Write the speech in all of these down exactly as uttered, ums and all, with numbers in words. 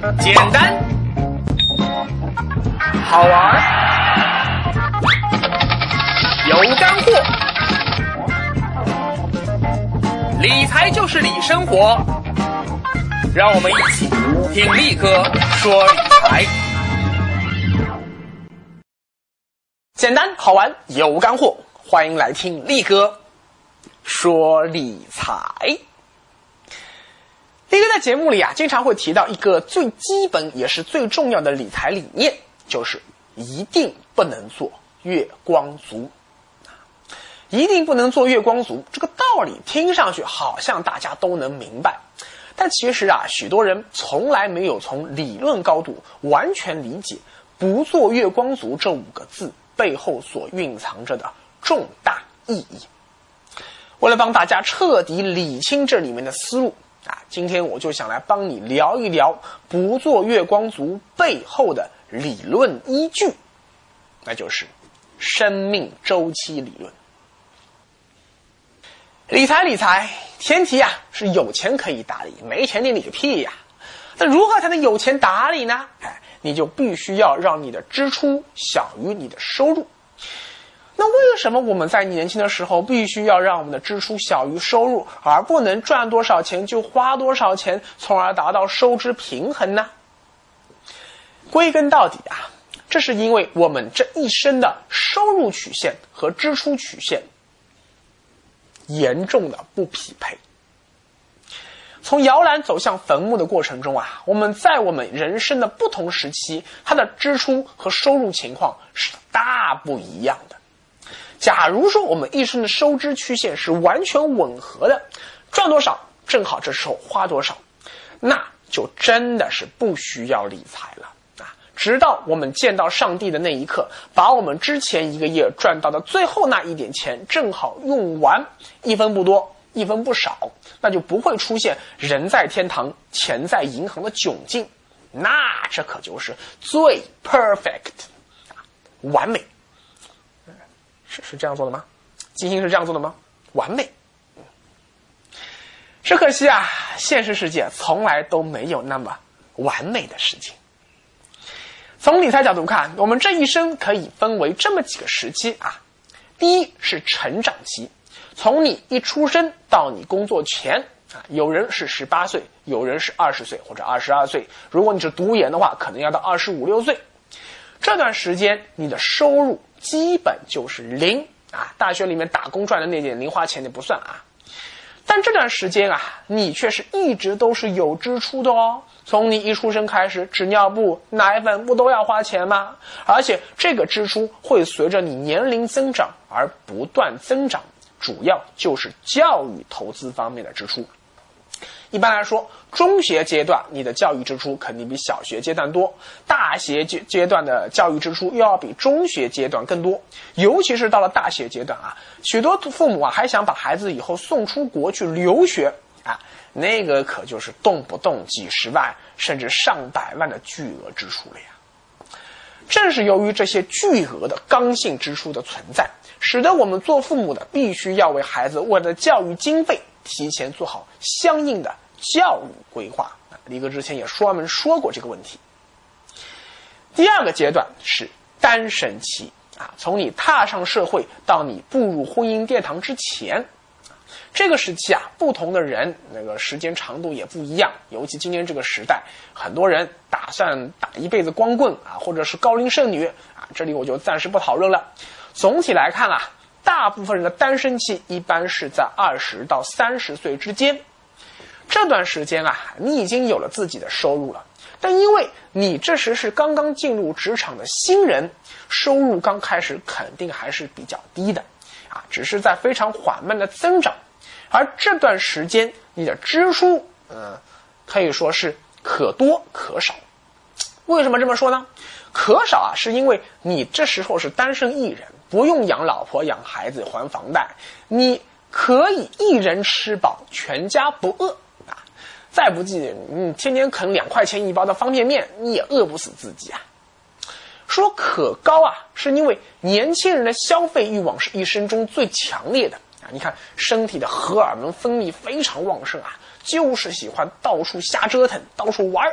简单，好玩，有干货。理财就是理生活，让我们一起听力哥说理财。简单好玩有干货，欢迎来听力哥说理财。力哥在节目里啊，经常会提到一个最基本也是最重要的理财理念，就是一定不能做月光族。一定不能做月光族，这个道理听上去好像大家都能明白，但其实啊，许多人从来没有从理论高度完全理解不做月光族这五个字背后所蕴藏着的重大意义。为了帮大家彻底理清这里面的思路啊，今天我就想来帮你聊一聊不做月光族背后的理论依据，那就是生命周期理论。理财理财，前提啊是有钱可以打理，没钱你理个屁呀！那如何才能有钱打理呢？哎，你就必须要让你的支出小于你的收入。那为什么我们在年轻的时候必须要让我们的支出小于收入，而不能赚多少钱就花多少钱，从而达到收支平衡呢？归根到底啊，这是因为我们这一生的收入曲线和支出曲线严重的不匹配。从摇篮走向坟墓的过程中啊，我们在我们人生的不同时期，它的支出和收入情况是大不一样的。假如说我们一生的收支曲线是完全吻合的，赚多少正好这时候花多少，那就真的是不需要理财了。直到我们见到上帝的那一刻，把我们之前一个月赚到的最后那一点钱正好用完，一分不多一分不少，那就不会出现人在天堂钱在银行的窘境，那这可就是最 perfect 完美。是是这样做的吗？金星是这样做的吗？完美。只可惜啊，现实世界从来都没有那么完美的事情。从理财角度看，我们这一生可以分为这么几个时期啊。第一是成长期，从你一出生到你工作前啊，有人是十八岁，有人是二十岁或者二十二岁，如果你是读研的话，可能要到二十五六岁。这段时间你的收入基本就是零啊，大学里面打工赚的那点零花钱你不算啊。但这段时间啊，你却是一直都是有支出的哦。从你一出生开始，纸尿布、奶粉不都要花钱吗？而且这个支出会随着你年龄增长而不断增长，主要就是教育投资方面的支出。一般来说，中学阶段你的教育支出肯定比小学阶段多，大学阶段的教育支出又要比中学阶段更多，尤其是到了大学阶段啊，许多父母啊还想把孩子以后送出国去留学啊，那个可就是动不动几十万甚至上百万的巨额支出了呀。正是由于这些巨额的刚性支出的存在，使得我们做父母的必须要为孩子未来的教育经费提前做好相应的教育规划。力哥之前也专门说过这个问题。第二个阶段是单身期啊，从你踏上社会到你步入婚姻殿堂之前，这个时期啊，不同的人那个时间长度也不一样，尤其今天这个时代，很多人打算打一辈子光棍啊，或者是高龄剩女啊，这里我就暂时不讨论了。总体来看啊，大部分人的单身期一般是在二十到三十岁之间。这段时间啊，你已经有了自己的收入了，但因为你这时是刚刚进入职场的新人，收入刚开始肯定还是比较低的啊，只是在非常缓慢的增长。而这段时间你的支出呃，可以说是可多可少。为什么这么说呢？可少啊，是因为你这时候是单身一人，不用养老婆养孩子还房贷，你可以一人吃饱全家不饿啊。再不济你天天啃两块钱一包的方便面，你也饿不死自己啊。说可高啊，是因为年轻人的消费欲望是一生中最强烈的啊！你看身体的荷尔蒙分泌非常旺盛啊，就是喜欢到处瞎折腾，到处玩啊。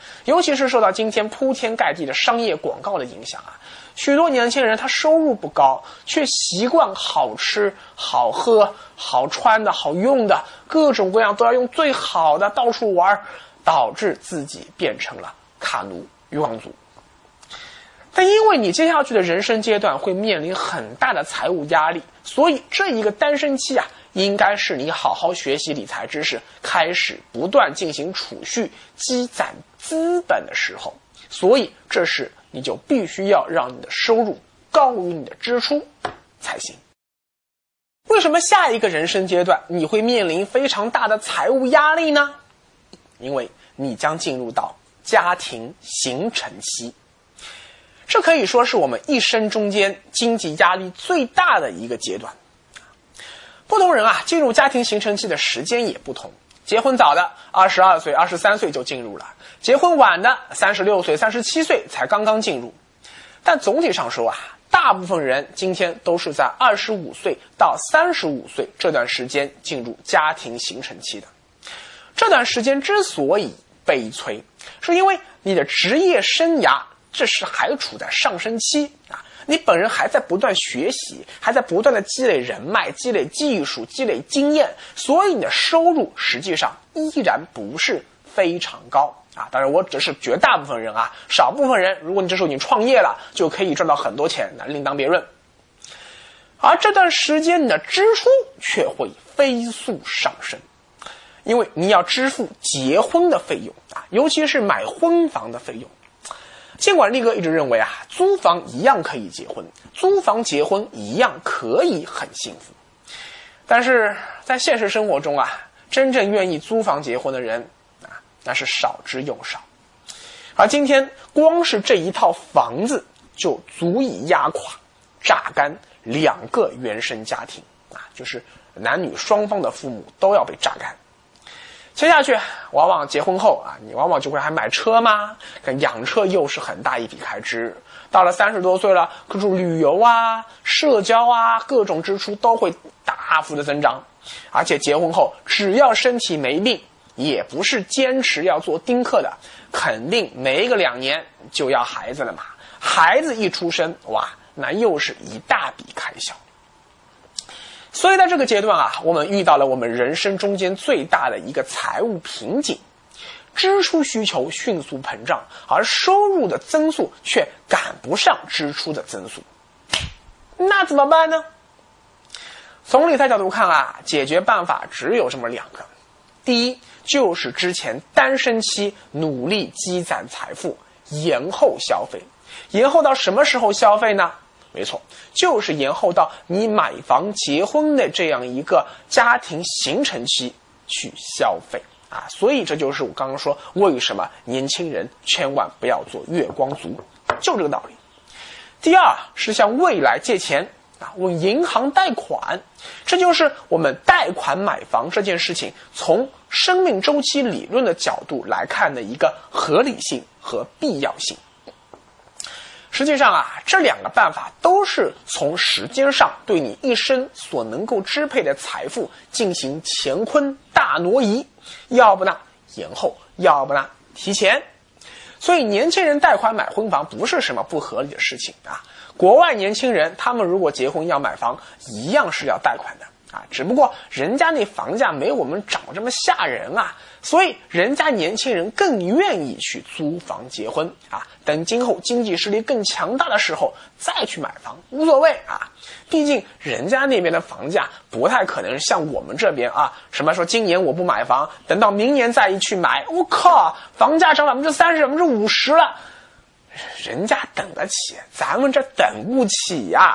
尤其是受到今天铺天盖地的商业广告的影响啊，许多年轻人他收入不高，却习惯好吃、好喝、好穿的好用的，各种各样都要用最好的，到处玩，导致自己变成了卡奴、欲望族。但因为你接下去的人生阶段会面临很大的财务压力，所以这一个单身期啊，应该是你好好学习理财知识，开始不断进行储蓄、积攒资本的时候。所以这时你就必须要让你的收入高于你的支出才行。为什么下一个人生阶段你会面临非常大的财务压力呢？因为你将进入到家庭形成期。这可以说是我们一生中间经济压力最大的一个阶段。不同人啊，进入家庭形成期的时间也不同。结婚早的二十二岁、二十三岁就进入了，结婚晚的三十六岁、三十七岁才刚刚进入。但总体上说啊，大部分人今天都是在二十五岁到三十五岁这段时间进入家庭形成期的。这段时间之所以悲催，是因为你的职业生涯这时还处在上升期啊，你本人还在不断学习，还在不断的积累人脉、积累技术、积累经验，所以你的收入实际上依然不是非常高啊。当然我只是绝大部分人啊，少部分人如果你这时候你创业了，就可以赚到很多钱，那另当别论。而这段时间你的支出却会飞速上升，因为你要支付结婚的费用啊，尤其是买婚房的费用。尽管力哥一直认为啊，租房一样可以结婚，租房结婚一样可以很幸福，但是在现实生活中啊，真正愿意租房结婚的人啊，那是少之又少。而今天光是这一套房子就足以压垮、榨干两个原生家庭啊，就是男女双方的父母都要被榨干。接下去往往结婚后啊，你往往就会还买车吗？跟养车又是很大一笔开支。到了三十多岁了，各种旅游啊、社交啊，各种支出都会大幅的增长。而且结婚后，只要身体没病，也不是坚持要做丁克的，肯定没个两年就要孩子了嘛。孩子一出生，哇，那又是一大笔开销。所以在这个阶段啊，我们遇到了我们人生中间最大的一个财务瓶颈，支出需求迅速膨胀，而收入的增速却赶不上支出的增速。那怎么办呢？从理财角度看啊，解决办法只有这么两个。第一，就是之前单身期努力积攒财富，延后消费。延后到什么时候消费呢？没错，就是延后到你买房结婚的这样一个家庭形成期去消费啊。所以这就是我刚刚说为什么年轻人千万不要做月光族，就这个道理。第二是向未来借钱啊，问银行贷款，这就是我们贷款买房这件事情从生命周期理论的角度来看的一个合理性和必要性。实际上啊，这两个办法都是从时间上对你一生所能够支配的财富进行乾坤大挪移，要不呢延后，要不呢提前。所以年轻人贷款买婚房不是什么不合理的事情啊。国外年轻人他们如果结婚要买房，一样是要贷款的啊，只不过人家那房价没我们涨这么吓人啊，所以人家年轻人更愿意去租房结婚啊，等今后经济实力更强大的时候再去买房无所谓啊。毕竟人家那边的房价不太可能像我们这边啊，什么说今年我不买房，等到明年再一去买，我靠，房价涨百分之三十、百分之五十了，人家等得起，咱们这等不起呀。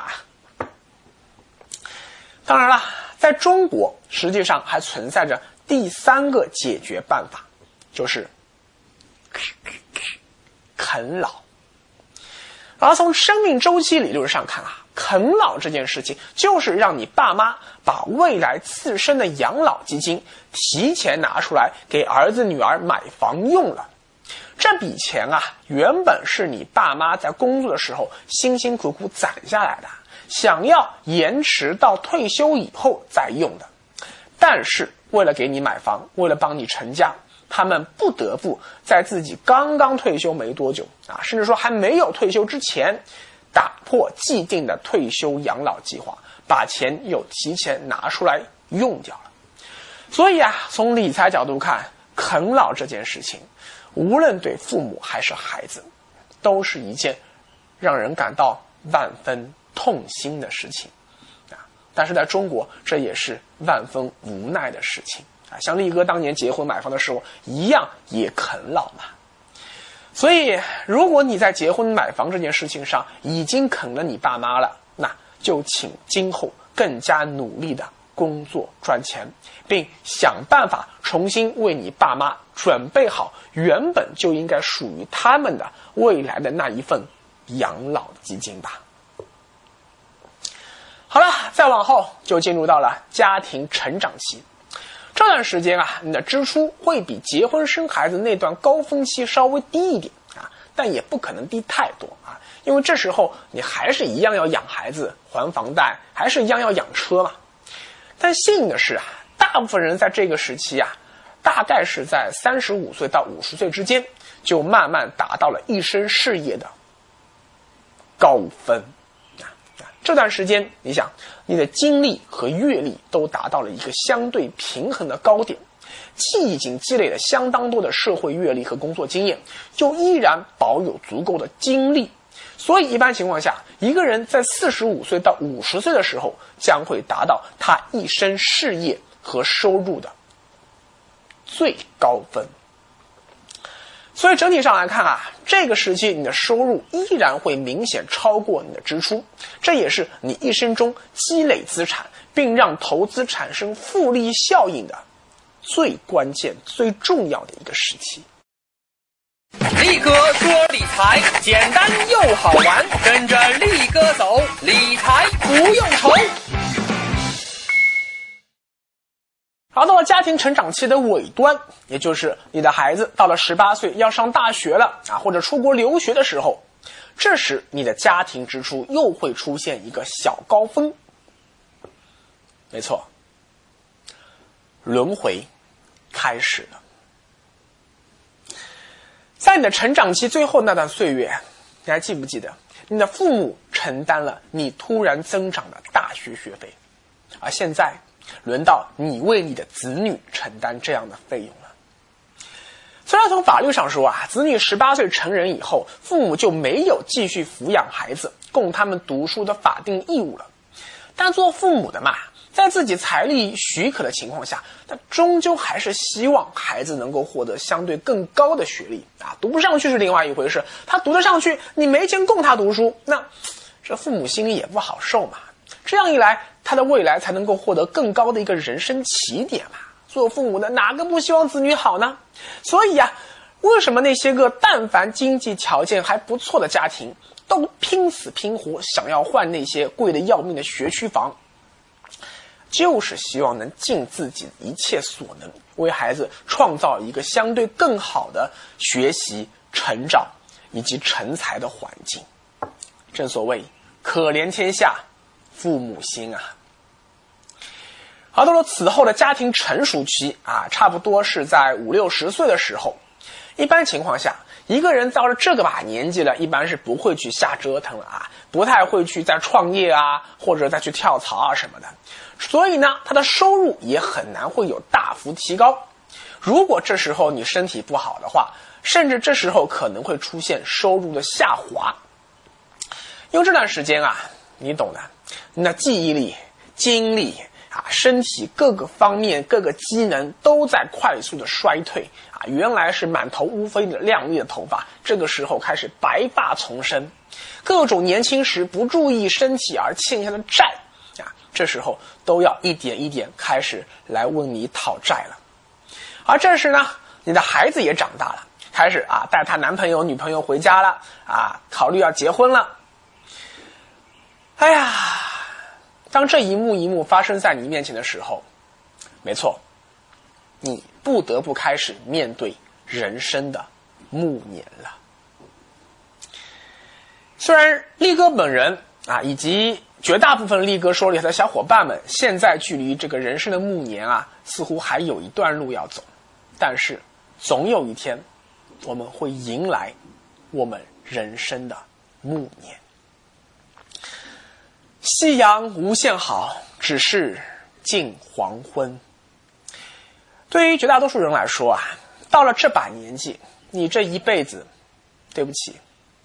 当然了，在中国实际上还存在着第三个解决办法，就是啃老。而从生命周期理论上看啊，啃老这件事情就是让你爸妈把未来自身的养老基金提前拿出来给儿子女儿买房用了。这笔钱啊，原本是你爸妈在工作的时候辛辛苦苦攒下来的，想要延迟到退休以后再用的。但是为了给你买房，为了帮你成家， 他们不得不在自己刚刚退休没多久啊，甚至说还没有退休之前，打破既定的退休养老计划，把钱又提前拿出来用掉了。所以啊，从理财角度看，啃老这件事情，无论对父母还是孩子，都是一件让人感到万分痛心的事情啊。但是在中国，这也是万分无奈的事情啊。像力哥当年结婚买房的时候，一样也啃老嘛。所以，如果你在结婚买房这件事情上已经啃了你爸妈了，那就请今后更加努力的工作赚钱，并想办法重新为你爸妈准备好原本就应该属于他们的未来的那一份养老基金吧。好了，再往后就进入到了家庭成长期。这段时间啊，你的支出会比结婚生孩子那段高峰期稍微低一点啊，但也不可能低太多啊，因为这时候你还是一样要养孩子、还房贷，还是一样要养车嘛。但幸运的是啊，大部分人在这个时期啊，大概是在三十五岁到五十岁之间，就慢慢达到了一生事业的高分啊。这段时间，你想，你的经历和阅历都达到了一个相对平衡的高点，既已经积累了相当多的社会阅历和工作经验，又依然保有足够的精力。所以一般情况下，一个人在四十五岁到五十岁的时候，将会达到他一生事业和收入的最高分。所以整体上来看啊，这个时期你的收入依然会明显超过你的支出，这也是你一生中积累资产并让投资产生复利效应的最关键、最重要的一个时期。 力哥说理财简单又好玩，跟着力哥走，理财不用愁。 而到了家庭成长期的尾端，也就是你的孩子到了十八岁要上大学了啊，或者出国留学的时候，这时你的家庭支出又会出现一个小高峰。没错，轮回开始了。在你的成长期最后那段岁月，你还记不记得你的父母承担了你突然增长的大学学费，而现在轮到你为你的子女承担这样的费用了。虽然从法律上说啊，子女十八岁成人以后，父母就没有继续抚养孩子供他们读书的法定义务了，但做父母的嘛，在自己财力许可的情况下，他终究还是希望孩子能够获得相对更高的学历啊，读不上去是另外一回事，他读得上去，你没钱供他读书，那这父母心里也不好受嘛。这样一来，他的未来才能够获得更高的一个人生起点嘛。做父母的哪个不希望子女好呢？所以啊，为什么那些个但凡经济条件还不错的家庭，都拼死拼活想要换那些贵得要命的学区房？就是希望能尽自己一切所能，为孩子创造一个相对更好的学习、成长以及成才的环境。正所谓可怜天下父母心啊。而到了此后的家庭成熟期啊，差不多是在五六十岁的时候，一般情况下，一个人到了这个把年纪了，一般是不会去瞎折腾了啊，不太会去再创业啊，或者再去跳槽啊什么的。所以呢，他的收入也很难会有大幅提高。如果这时候你身体不好的话，甚至这时候可能会出现收入的下滑。因为这段时间啊，你懂的，你的记忆力、精力啊，身体各个方面、各个机能都在快速的衰退啊。原来是满头乌飞的亮丽的头发，这个时候开始白发丛生，各种年轻时不注意身体而欠下的债啊，这时候都要一点一点开始来问你讨债了。而这时呢，你的孩子也长大了，开始啊带他男朋友、女朋友回家了啊，考虑要结婚了。哎呀，当这一幕一幕发生在你面前的时候，没错，你不得不开始面对人生的暮年了。虽然力哥本人啊，以及绝大部分力哥说里的小伙伴们，现在距离这个人生的暮年啊，似乎还有一段路要走，但是总有一天我们会迎来我们人生的暮年。夕阳无限好，只是近黄昏。对于绝大多数人来说啊，到了这把年纪，你这一辈子，对不起，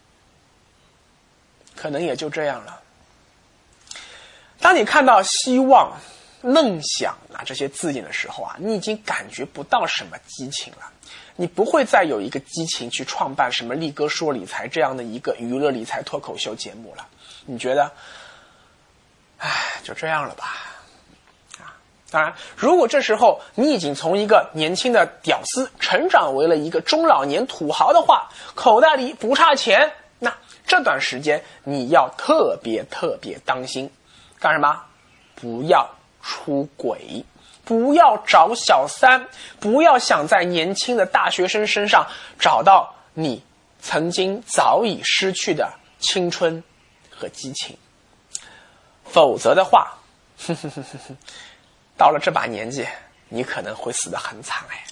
可能也就这样了。当你看到希望、梦想啊这些字眼的时候啊，你已经感觉不到什么激情了。你不会再有一个激情去创办什么力哥说理财这样的一个娱乐理财脱口秀节目了。你觉得，唉，就这样了吧？啊，当然，如果这时候你已经从一个年轻的屌丝成长为了一个中老年土豪的话，口袋里不差钱，那这段时间你要特别特别当心。干什么？不要出轨，不要找小三，不要想在年轻的大学生身上找到你曾经早已失去的青春和激情。否则的话，呵呵呵呵，到了这把年纪，你可能会死得很惨哎。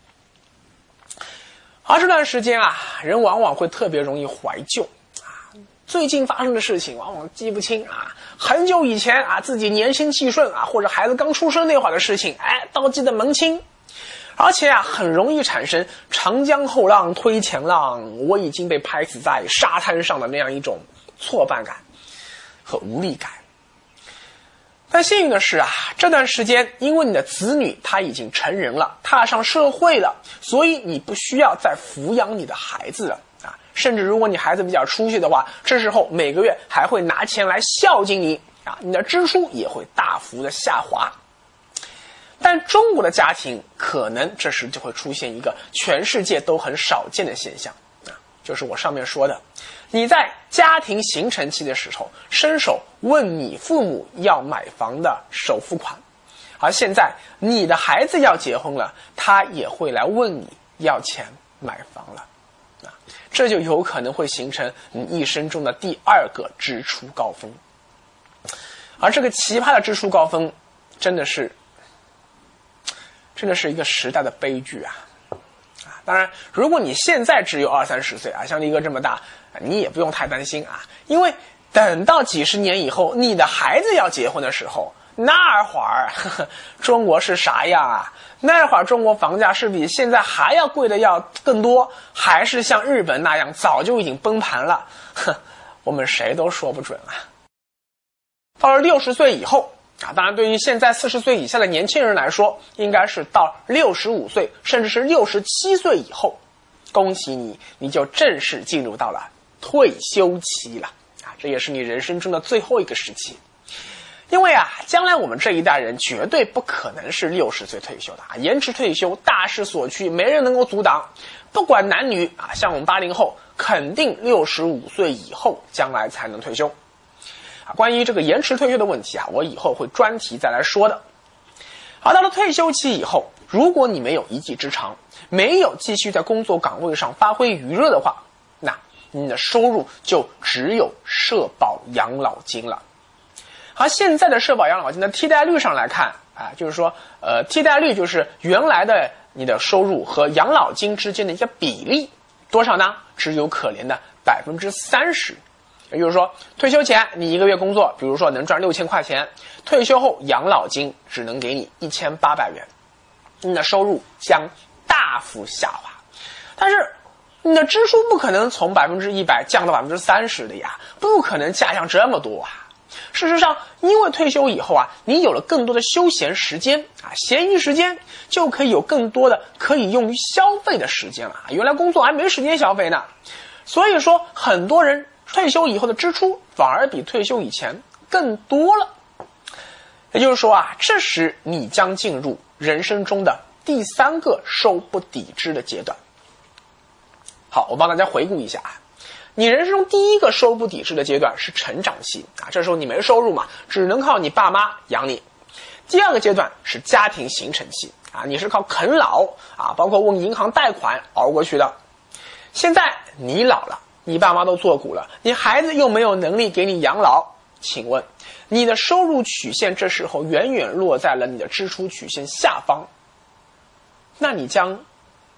而这段时间啊，人往往会特别容易怀旧。最近发生的事情往往记不清啊，很久以前啊，自己年轻气顺啊，或者孩子刚出生那会儿的事情，哎，都记得门清。而且啊，很容易产生长江后浪推前浪，我已经被拍死在沙滩上的那样一种挫败感和无力感。但幸运的是啊，这段时间因为你的子女他已经成人了，踏上社会了，所以你不需要再抚养你的孩子了。甚至如果你孩子比较出息的话，这时候每个月还会拿钱来孝敬你啊，你的支出也会大幅的下滑。但中国的家庭可能这时就会出现一个全世界都很少见的现象啊，就是我上面说的，你在家庭形成期的时候伸手问你父母要买房的首付款，而现在你的孩子要结婚了，他也会来问你要钱买房了。这就有可能会形成你一生中的第二个支出高峰。而这个奇葩的支出高峰真的是真的是一个时代的悲剧啊！啊，当然如果你现在只有二三十岁啊，像力哥这么大，你也不用太担心啊，因为等到几十年以后你的孩子要结婚的时候，那会儿呵呵中国是啥样啊？那会儿中国房价是比现在还要贵的要更多，还是像日本那样早就已经崩盘了？哼，我们谁都说不准啊。到了六十岁以后啊，当然对于现在四十岁以下的年轻人来说，应该是到六十五岁甚至是六十七岁以后，恭喜你，你就正式进入到了退休期了啊！这也是你人生中的最后一个时期。因为啊，将来我们这一代人绝对不可能是六十岁退休的啊，延迟退休大势所趋，没人能够阻挡。不管男女啊，像我们八零后，肯定六十五岁以后将来才能退休。啊，关于这个延迟退休的问题啊，我以后会专题再来说的。而到了退休期以后，如果你没有一技之长，没有继续在工作岗位上发挥余热的话，那你的收入就只有社保养老金了。而现在的社保养老金的替代率上来看啊，就是说呃，替代率就是原来的你的收入和养老金之间的一个比例，多少呢？只有可怜的百分之三十。也就是说，退休前你一个月工作，比如说能赚六千块钱，退休后养老金只能给你一千八百元，你的收入将大幅下滑。但是你的支出不可能从百分之一百降到百分之三十的呀，不可能下降这么多啊。事实上，因为退休以后啊，你有了更多的休闲时间啊，闲余时间就可以有更多的可以用于消费的时间了。原来工作还没时间消费呢，所以说很多人退休以后的支出反而比退休以前更多了。也就是说啊，这时你将进入人生中的第三个收不抵支的阶段。好，我帮大家回顾一下啊。你人生中第一个收不抵制的阶段是成长期啊，这时候你没收入嘛，只能靠你爸妈养你。第二个阶段是家庭形成期啊，你是靠啃老啊，包括问银行贷款熬过去的。现在你老了，你爸妈都做股了，你孩子又没有能力给你养老，请问你的收入曲线这时候远远落在了你的支出曲线下方，那你将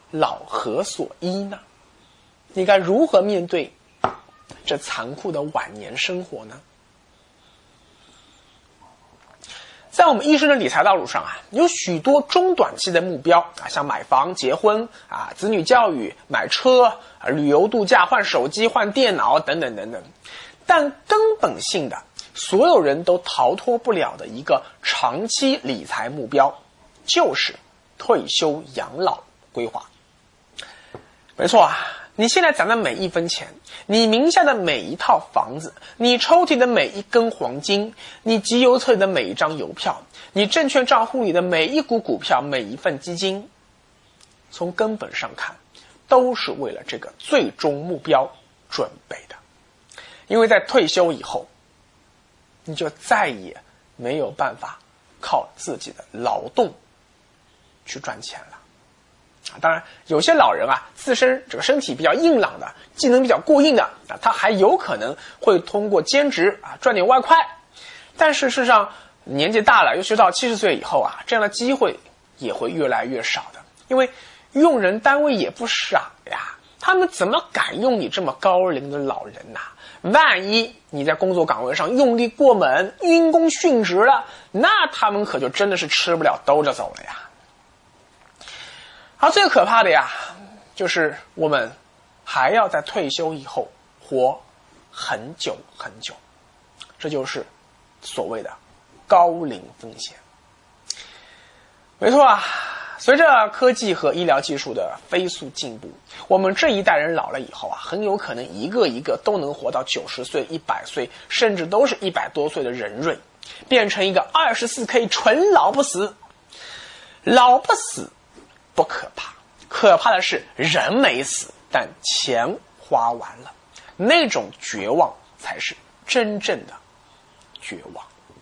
老何所依呢？你该如何面对这残酷的晚年生活呢？在我们一生的理财道路上啊，有许多中短期的目标啊，像买房、结婚啊、子女教育、买车、啊、旅游度假、换手机、换电脑等等等等。但根本性的，所有人都逃脱不了的一个长期理财目标，就是退休养老规划。没错啊，你现在攒的每一分钱，你名下的每一套房子，你抽屉的每一根黄金，你集邮册里的每一张邮票，你证券账户里的每一股股票，每一份基金，从根本上看，都是为了这个最终目标准备的。因为在退休以后，你就再也没有办法靠自己的劳动去赚钱了。当然，有些老人啊，自身这个身体比较硬朗的，技能比较过硬的啊，他还有可能会通过兼职啊赚点外快。但是事实上，年纪大了，尤其到七十岁以后啊，这样的机会也会越来越少的，因为用人单位也不傻呀，他们怎么敢用你这么高龄的老人呐、啊？万一你在工作岗位上用力过猛，因公殉职了，那他们可就真的是吃不了兜着走了呀。而最可怕的呀，就是我们还要在退休以后活很久很久，这就是所谓的高龄风险。没错啊，随着科技和医疗技术的飞速进步，我们这一代人老了以后啊，很有可能一个一个都能活到九十岁、一百岁，甚至都是一百多岁的人瑞，变成一个 二十四 K 纯老不死。老不死不可怕，可怕的是人没死，但钱花完了，那种绝望才是真正的绝望。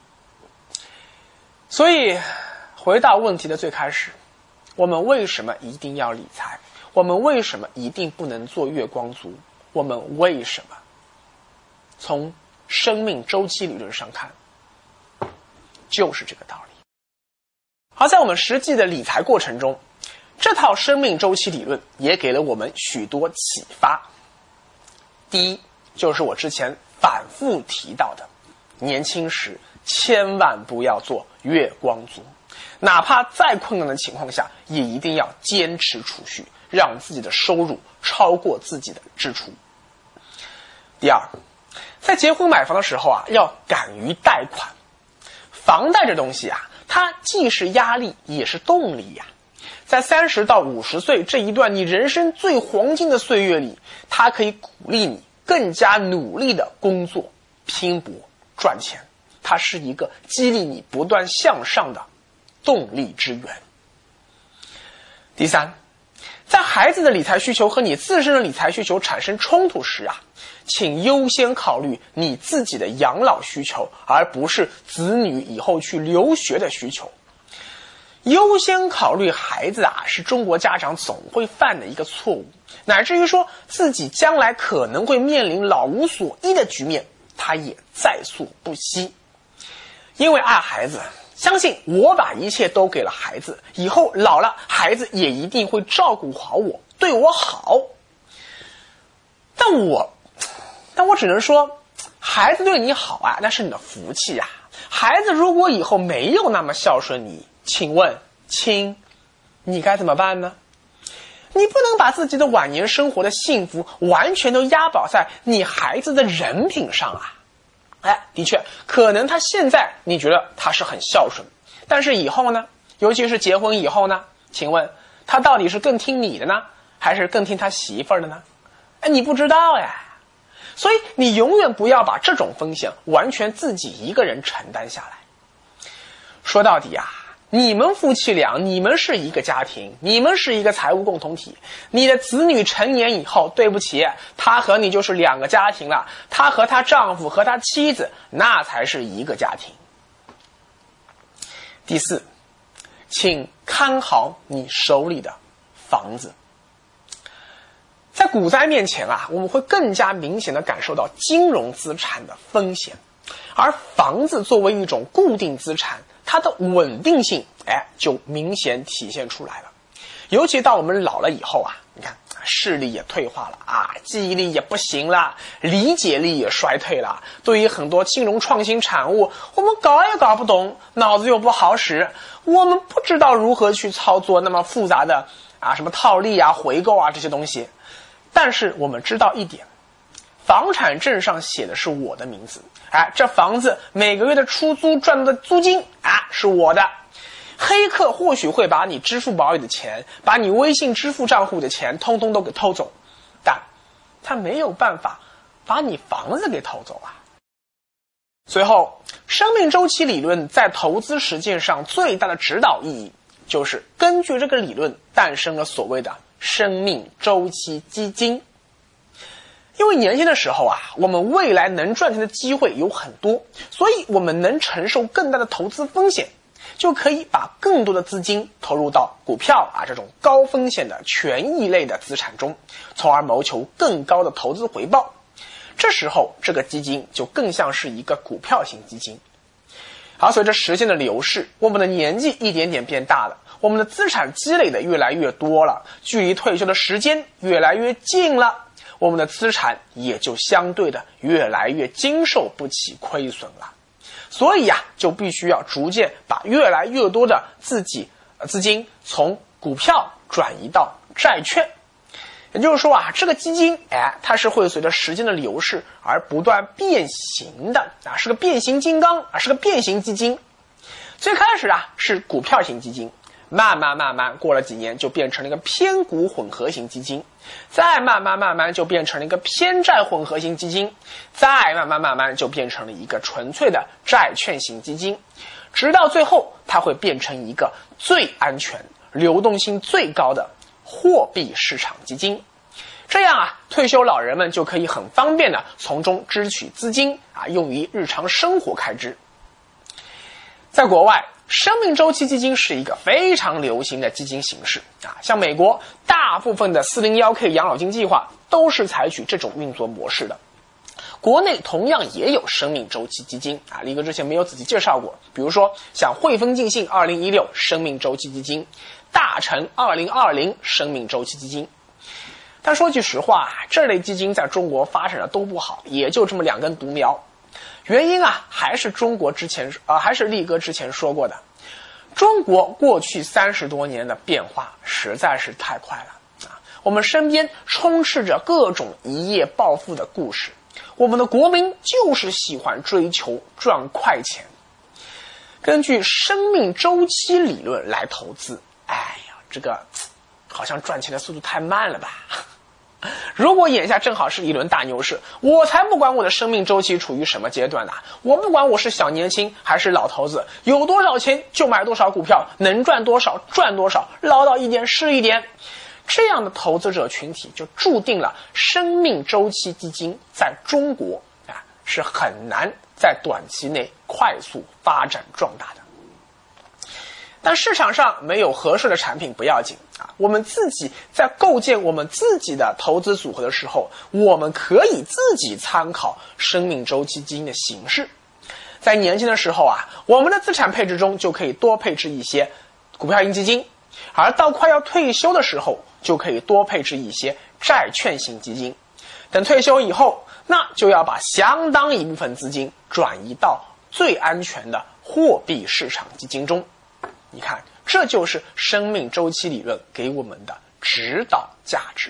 所以回到问题的最开始，我们为什么一定要理财？我们为什么一定不能做月光族？我们为什么？从生命周期理论上看，就是这个道理。而在我们实际的理财过程中，这套生命周期理论也给了我们许多启发。第一，就是我之前反复提到的，年轻时千万不要做月光族，哪怕再困难的情况下，也一定要坚持储蓄，让自己的收入超过自己的支出。第二，在结婚买房的时候啊，要敢于贷款。房贷这东西啊，它既是压力也是动力呀、啊。在三十到五十岁这一段你人生最黄金的岁月里，它可以鼓励你更加努力的工作、拼搏、赚钱。它是一个激励你不断向上的动力之源。第三，在孩子的理财需求和你自身的理财需求产生冲突时啊，请优先考虑你自己的养老需求，而不是子女以后去留学的需求。优先考虑孩子啊，是中国家长总会犯的一个错误，乃至于说自己将来可能会面临老无所依的局面，他也在所不惜。因为爱孩子，相信我把一切都给了孩子，以后老了，孩子也一定会照顾好我，对我好。但我，但我只能说，孩子对你好啊，那是你的福气啊。孩子如果以后没有那么孝顺你，请问亲，你该怎么办呢？你不能把自己的晚年生活的幸福完全都押宝在你孩子的人品上啊。哎，的确，可能他现在你觉得他是很孝顺，但是以后呢？尤其是结婚以后呢？请问他到底是更听你的呢，还是更听他媳妇儿的呢？哎，你不知道呀。所以你永远不要把这种风险完全自己一个人承担下来。说到底啊，你们夫妻俩，你们是一个家庭，你们是一个财务共同体。你的子女成年以后，对不起，他和你就是两个家庭了。他和他丈夫和他妻子，那才是一个家庭。第四，请看好你手里的房子。在股灾面前啊，我们会更加明显地感受到金融资产的风险，而房子作为一种固定资产，它的稳定性，哎，就明显体现出来了。 尤其到我们老了以后啊，你看视力也退化了啊，记忆力也不行了，理解力也衰退了。对于很多金融创新产物，我们搞也搞不懂，脑子又不好使，我们不知道如何去操作那么复杂的啊什么套利啊、回购啊这些东西。但是我们知道一点，房产证上写的是我的名字，哎，这房子每个月的出租赚到的租金啊是我的。黑客或许会把你支付宝里的钱，把你微信支付账户的钱通通都给偷走，但他没有办法把你房子给偷走啊。随后，生命周期理论在投资实践上最大的指导意义，就是根据这个理论诞生了所谓的生命周期基金。因为年轻的时候啊，我们未来能赚钱的机会有很多，所以我们能承受更大的投资风险，就可以把更多的资金投入到股票啊这种高风险的权益类的资产中，从而谋求更高的投资回报。这时候这个基金就更像是一个股票型基金。而随着时间的流逝，我们的年纪一点点变大了，我们的资产积累的越来越多了，距离退休的时间越来越近了，我们的资产也就相对的越来越经受不起亏损了。所以呀、啊，就必须要逐渐把越来越多的自己资金从股票转移到债券。也就是说啊，这个基金哎，它是会随着时间的流逝而不断变形的啊，是个变形金刚啊，是个变形基金。最开始啊是股票型基金，慢慢慢慢过了几年就变成了一个偏股混合型基金，再慢慢慢慢就变成了一个偏债混合型基金，再慢慢慢慢就变成了一个纯粹的债券型基金，直到最后它会变成一个最安全、流动性最高的货币市场基金。这样啊，退休老人们就可以很方便的从中支取资金啊，用于日常生活开支。在国外，生命周期基金是一个非常流行的基金形式啊，像美国大部分的 四零一 K 养老金计划都是采取这种运作模式的。国内同样也有生命周期基金啊，力哥之前没有仔细介绍过，比如说像汇丰竞信二零一六生命周期基金，大成二零二零生命周期基金。但说句实话，这类基金在中国发展的都不好，也就这么两根独苗。原因啊，还是中国之前呃，还是力哥之前说过的，中国过去三十多年的变化实在是太快了啊！我们身边充斥着各种一夜暴富的故事，我们的国民就是喜欢追求赚快钱。根据生命周期理论来投资，哎呀，这个好像赚钱的速度太慢了吧？如果眼下正好是一轮大牛市，我才不管我的生命周期处于什么阶段呢、啊！我不管我是小年轻还是老头子，有多少钱就买多少股票，能赚多少赚多少，捞到一点是一点。这样的投资者群体就注定了生命周期基金在中国啊是很难在短期内快速发展壮大的。但市场上没有合适的产品不要紧啊，我们自己在构建我们自己的投资组合的时候，我们可以自己参考生命周期基金的形式。在年轻的时候啊，我们的资产配置中就可以多配置一些股票型基金，而到快要退休的时候，就可以多配置一些债券型基金。等退休以后，那就要把相当一部分资金转移到最安全的货币市场基金中。你看，这就是生命周期理论给我们的指导价值。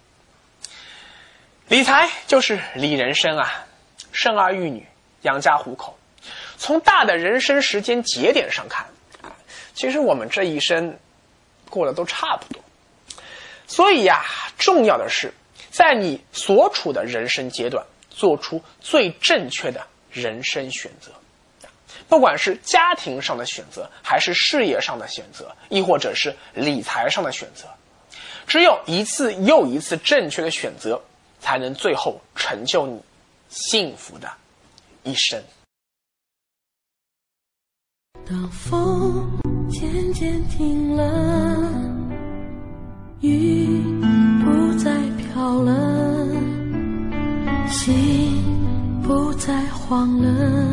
理财就是理人生啊，生儿育女，养家糊口。从大的人生时间节点上看，其实我们这一生过得都差不多。所以呀、啊，重要的是在你所处的人生阶段做出最正确的人生选择。不管是家庭上的选择，还是事业上的选择，亦或者是理财上的选择，只有一次又一次正确的选择，才能最后成就你幸福的一生。 当风渐渐停了，雨不再飘了，心不再慌了，